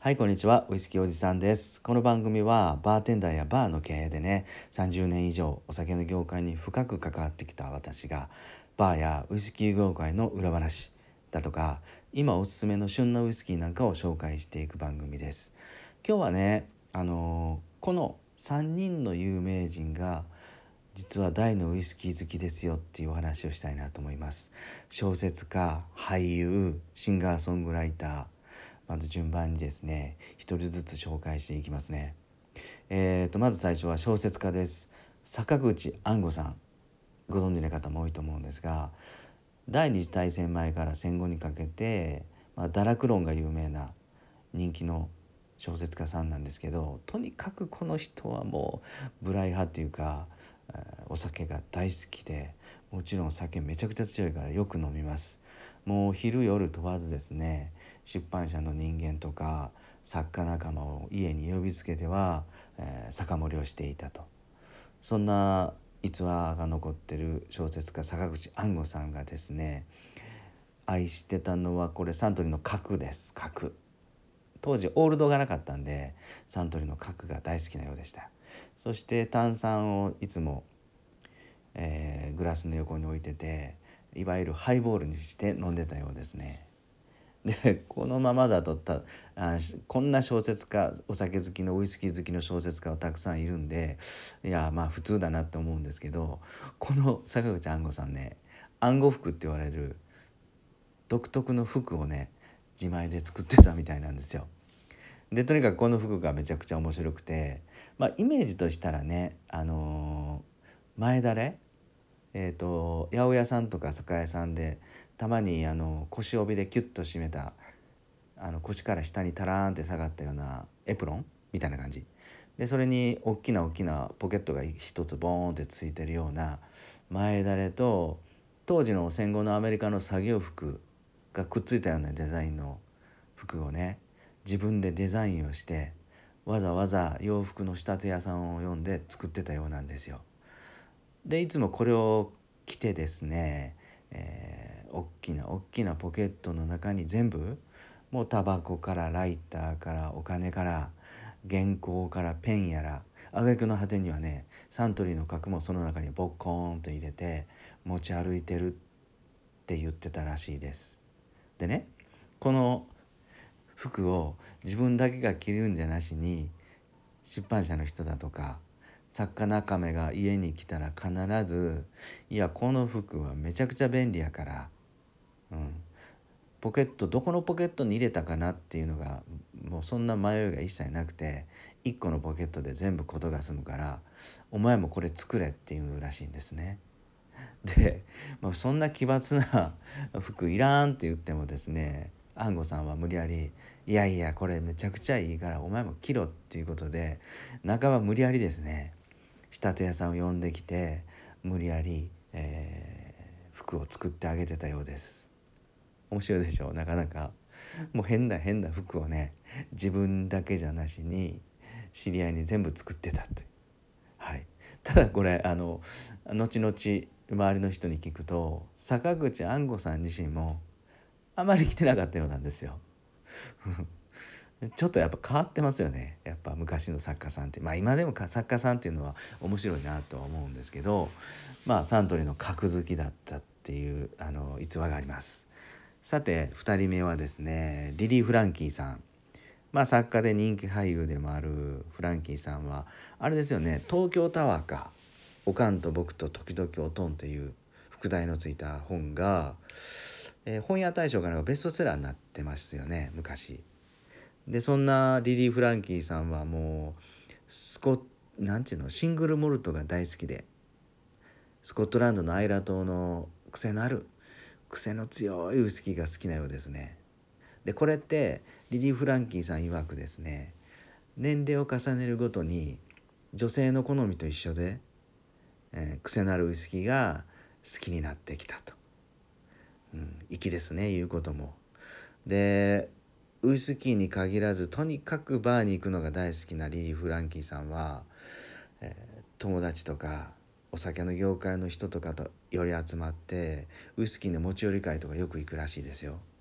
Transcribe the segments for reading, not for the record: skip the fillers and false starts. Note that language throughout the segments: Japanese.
はい、こんにちは。ウイスキーおじさんです。この番組はバーテンダーやバーの経営でね、30年以上お酒の業界に深く関わってきた私が、バーやウイスキー業界の裏話だとか、今おすすめの旬のウイスキーなんかを紹介していく番組です。今日はね、この3人の有名人が実は大のウイスキー好きですよっていうお話をしたいなと思います。小説家、俳優、シンガーソングライター、まず順番にですね一人ずつ紹介していきますね。まず最初は小説家です。坂口安吾さん、ご存知の方も多いと思うんですが、第二次大戦前から戦後にかけて、堕落論が有名な人気の小説家さんなんですけど、とにかくこの人はもう無頼派っていうか、お酒が大好きで、もちろん酒めちゃくちゃ強いからよく飲みます。もう昼夜問わずですね、出版社の人間とか作家仲間を家に呼びつけては、酒盛りをしていたと。そんな逸話が残ってる小説家坂口安吾さんがですね、愛してたのはこれサントリーの角です。角、当時オールドがなかったんでサントリーの角が大好きなようでした。そして炭酸をいつも、グラスの横に置いてて、いわゆるハイボールにして飲んでたようですね。でこのままだとこんな小説家、お酒好きのウイスキー好きの小説家はたくさんいるんで、いやまあ普通だなって思うんですけど、この坂口安吾さんね、安吾服って言われる独特の服をね自前で作ってたみたいなんですよ。でとにかくこの服がめちゃくちゃ面白くて、イメージとしたらね、前だれ、八百屋さんとか酒屋さんでたまに腰帯でキュッと締めた、腰から下にタラーンって下がったようなエプロンみたいな感じで、それに大きな大きなポケットが一つボーンってついてるような前だれと、当時の戦後のアメリカの作業服がくっついたようなデザインの服をね、自分でデザインをしてわざわざ洋服の仕立て屋さんを呼んで作ってたようなんですよ。でいつもこれを着てですね、大きな大きなポケットの中に全部、もうタバコからライターからお金から原稿からペンやら、挙句の果てにはねサントリーの角もその中にボッコーンと入れて持ち歩いてるって言ってたらしいです。でね、この服を自分だけが着るんじゃなしに、出版社の人だとか作家仲間が家に来たら必ず「いやこの服はめちゃくちゃ便利やから、ポケットどこのポケットに入れたかなっていうのがもうそんな迷いが一切なくて、1個のポケットで全部事が済むからお前もこれ作れっていうらしいんですね。で、そんな奇抜な服いらんって言ってもですね、安吾さんは無理やり「いやいやこれめちゃくちゃいいからお前も着ろ」っていうことで、半ば無理やりですね仕立て屋さんを呼んできて無理やり、服を作ってあげてたようです。面白いでしょ、なかなか。もう変な変な服をね自分だけじゃなしに知り合いに全部作ってたって。はい、ただこれ後々周りの人に聞くと坂口安吾さん自身もあまり来てなかったようなんですよ。ちょっとやっぱ変わってますよね、やっぱ昔の作家さんって。今でも作家さんっていうのは面白いなとは思うんですけど、サントリーの格好きだったっていう逸話があります。さて2人目はですね、リリー・フランキーさん。作家で人気俳優でもあるフランキーさんはあれですよね、東京タワーかおかんと僕と時々おとんという副題のついた本が、本屋大賞からのベストセラーになってますよね昔。でそんなリリー・フランキーさんはもうなんていうの、シングルモルトが大好きで、スコットランドのアイラ島の癖の強いウイスキーが好きなようですね。でこれってリリー・フランキーさん曰くですね、年齢を重ねるごとに女性の好みと一緒で、癖のあるウイスキーが好きになってきたと。粋ですね言うことも。でウイスキーに限らずとにかくバーに行くのが大好きなリリー・フランキーさんは、友達とかお酒の業界の人とかとより集まってウイスキーの持ち寄り会とかよく行くらしいですよ。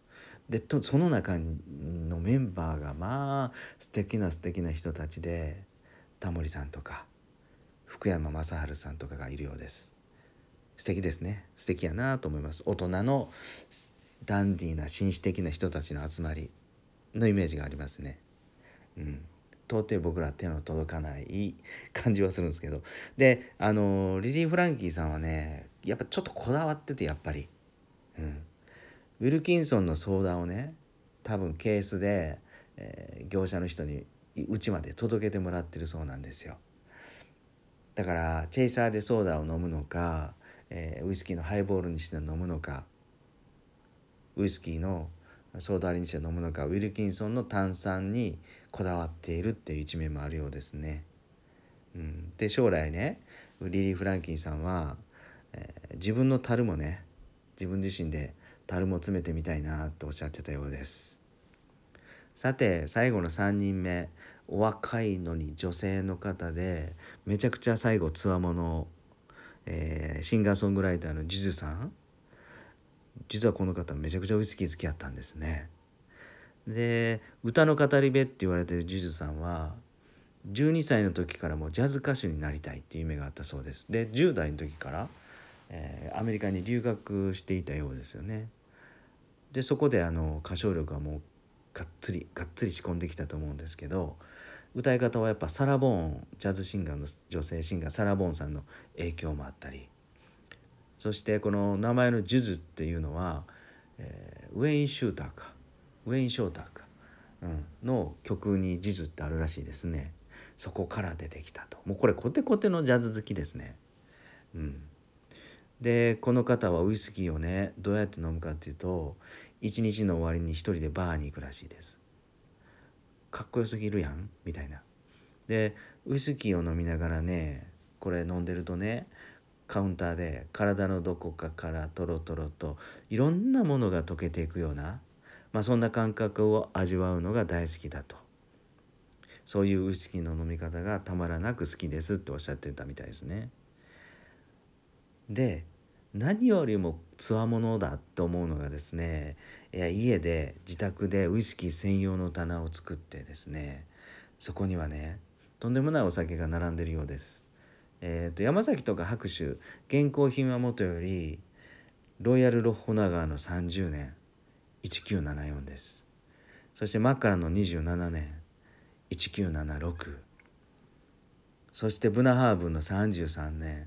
でその中のメンバーがまあ素敵な人たちで、タモリさんとか福山雅治さんとかがいるようです。素敵ですね。素敵やなと思います。大人のダンディーな紳士的な人たちの集まりのイメージがありますね。到底僕ら手の届かない感じはするんですけど、でリリー・フランキーさんはねやっぱちょっとこだわってて、やっぱり、ウィルキンソンの相談をね多分ケースで、業者の人に家まで届けてもらってるそうなんですよ。だからチェイサーでソーダを飲むのか、ウイスキーのハイボールにして飲むのか、ウイスキーのソーダ割りにして飲むのか、ウィルキンソンの炭酸にこだわっているっていう一面もあるようですね。で将来ねリリー・フランキーさんは、自分の樽もね自分自身で樽も詰めてみたいなとおっしゃってたようです。さて最後の3人目、お若いのに女性の方でめちゃくちゃ最後つわもの、シンガーソングライターのジュジュさん。実はこの方めちゃくちゃウイスキー好きやったんですね。で歌の語り部って言われてるジュジュさんは12歳の時からもうジャズ歌手になりたいっていう夢があったそうです。で10代の時から、アメリカに留学していたようですよね。でそこで歌唱力はもうがっつり仕込んできたと思うんですけど、歌い方はやっぱサラ・ボーン、ジャズシンガーの女性シンガーサラ・ボーンさんの影響もあったり、そしてこの名前のジュズっていうのは、ウェイン・ショーターか、の曲にジュズってあるらしいですね。そこから出てきたと。もうこれコテコテのジャズ好きですね。でこの方はウイスキーをねどうやって飲むかっていうと、一日の終わりに一人でバーに行くらしいです。かっこよすぎるやんみたいな。でウイスキーを飲みながらね、これ飲んでるとねカウンターで体のどこかからトロトロといろんなものが溶けていくような、そんな感覚を味わうのが大好きだと。そういうウイスキーの飲み方がたまらなく好きですっておっしゃってたみたいですね。で何よりもつわものだと思うのがですね、家で自宅でウイスキー専用の棚を作ってですね、そこにはねとんでもないお酒が並んでるようです。山崎とか白州現行品はもとよりロイヤルロッホナガーの30年1974です。そしてマッカラの27年1976、そしてブナハーブンの33年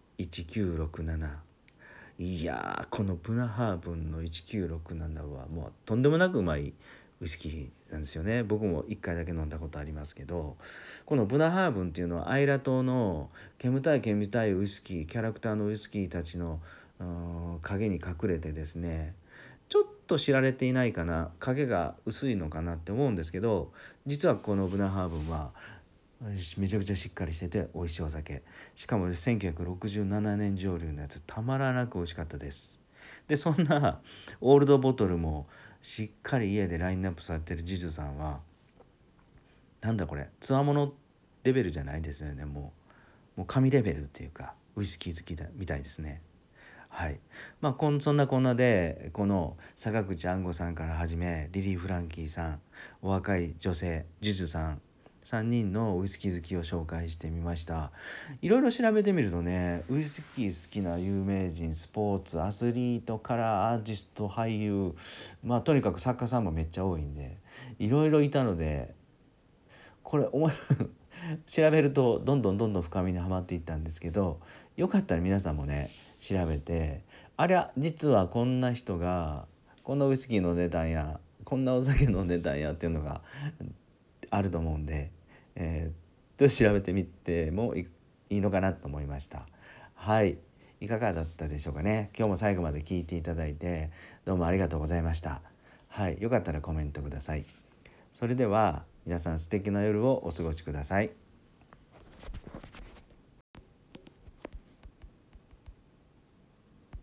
1967。いやこのブナハーブンの1967はもうとんでもなくうまいウイスキーなんですよね。僕も1回だけ飲んだことありますけど、このブナハーブンっていうのはアイラ島の煙たいウイスキーキャラクターのウイスキーたちの影に隠れてですね、ちょっと知られていないかな、影が薄いのかなって思うんですけど、実はこのブナハーブンはめちゃくちゃしっかりしてて美味しいお酒。しかも1967年蒸留のやつたまらなく美味しかったです。でそんなオールドボトルもしっかり家でラインナップされてるジュジュさんはなんだこれつわものレベルじゃないですよね。もう神レベルっていうかウイスキー好きだみたいですね。はい。そんなこんなでこの坂口安吾さんからはじめリリー・フランキーさん、お若い女性ジュジュさん、3人のウイスキー好きを紹介してみました。いろいろ調べてみるとね、ウイスキー好きな有名人、スポーツアスリートからアーティスト、俳優、とにかく作家さんもめっちゃ多いんでいろいろいたので、これ調べるとどんどん深みにはまっていったんですけど、よかったら皆さんもね調べて、ありゃ実はこんな人がこんなウイスキー飲んでたんや、こんなお酒飲んでたんやっていうのがあると思うんで、調べてみてもいいのかなと思いました。はい、いかがだったでしょうかね。今日も最後まで聞いていただいてどうもありがとうございました。はい、よかったらコメントください。それでは皆さん素敵な夜をお過ごしください。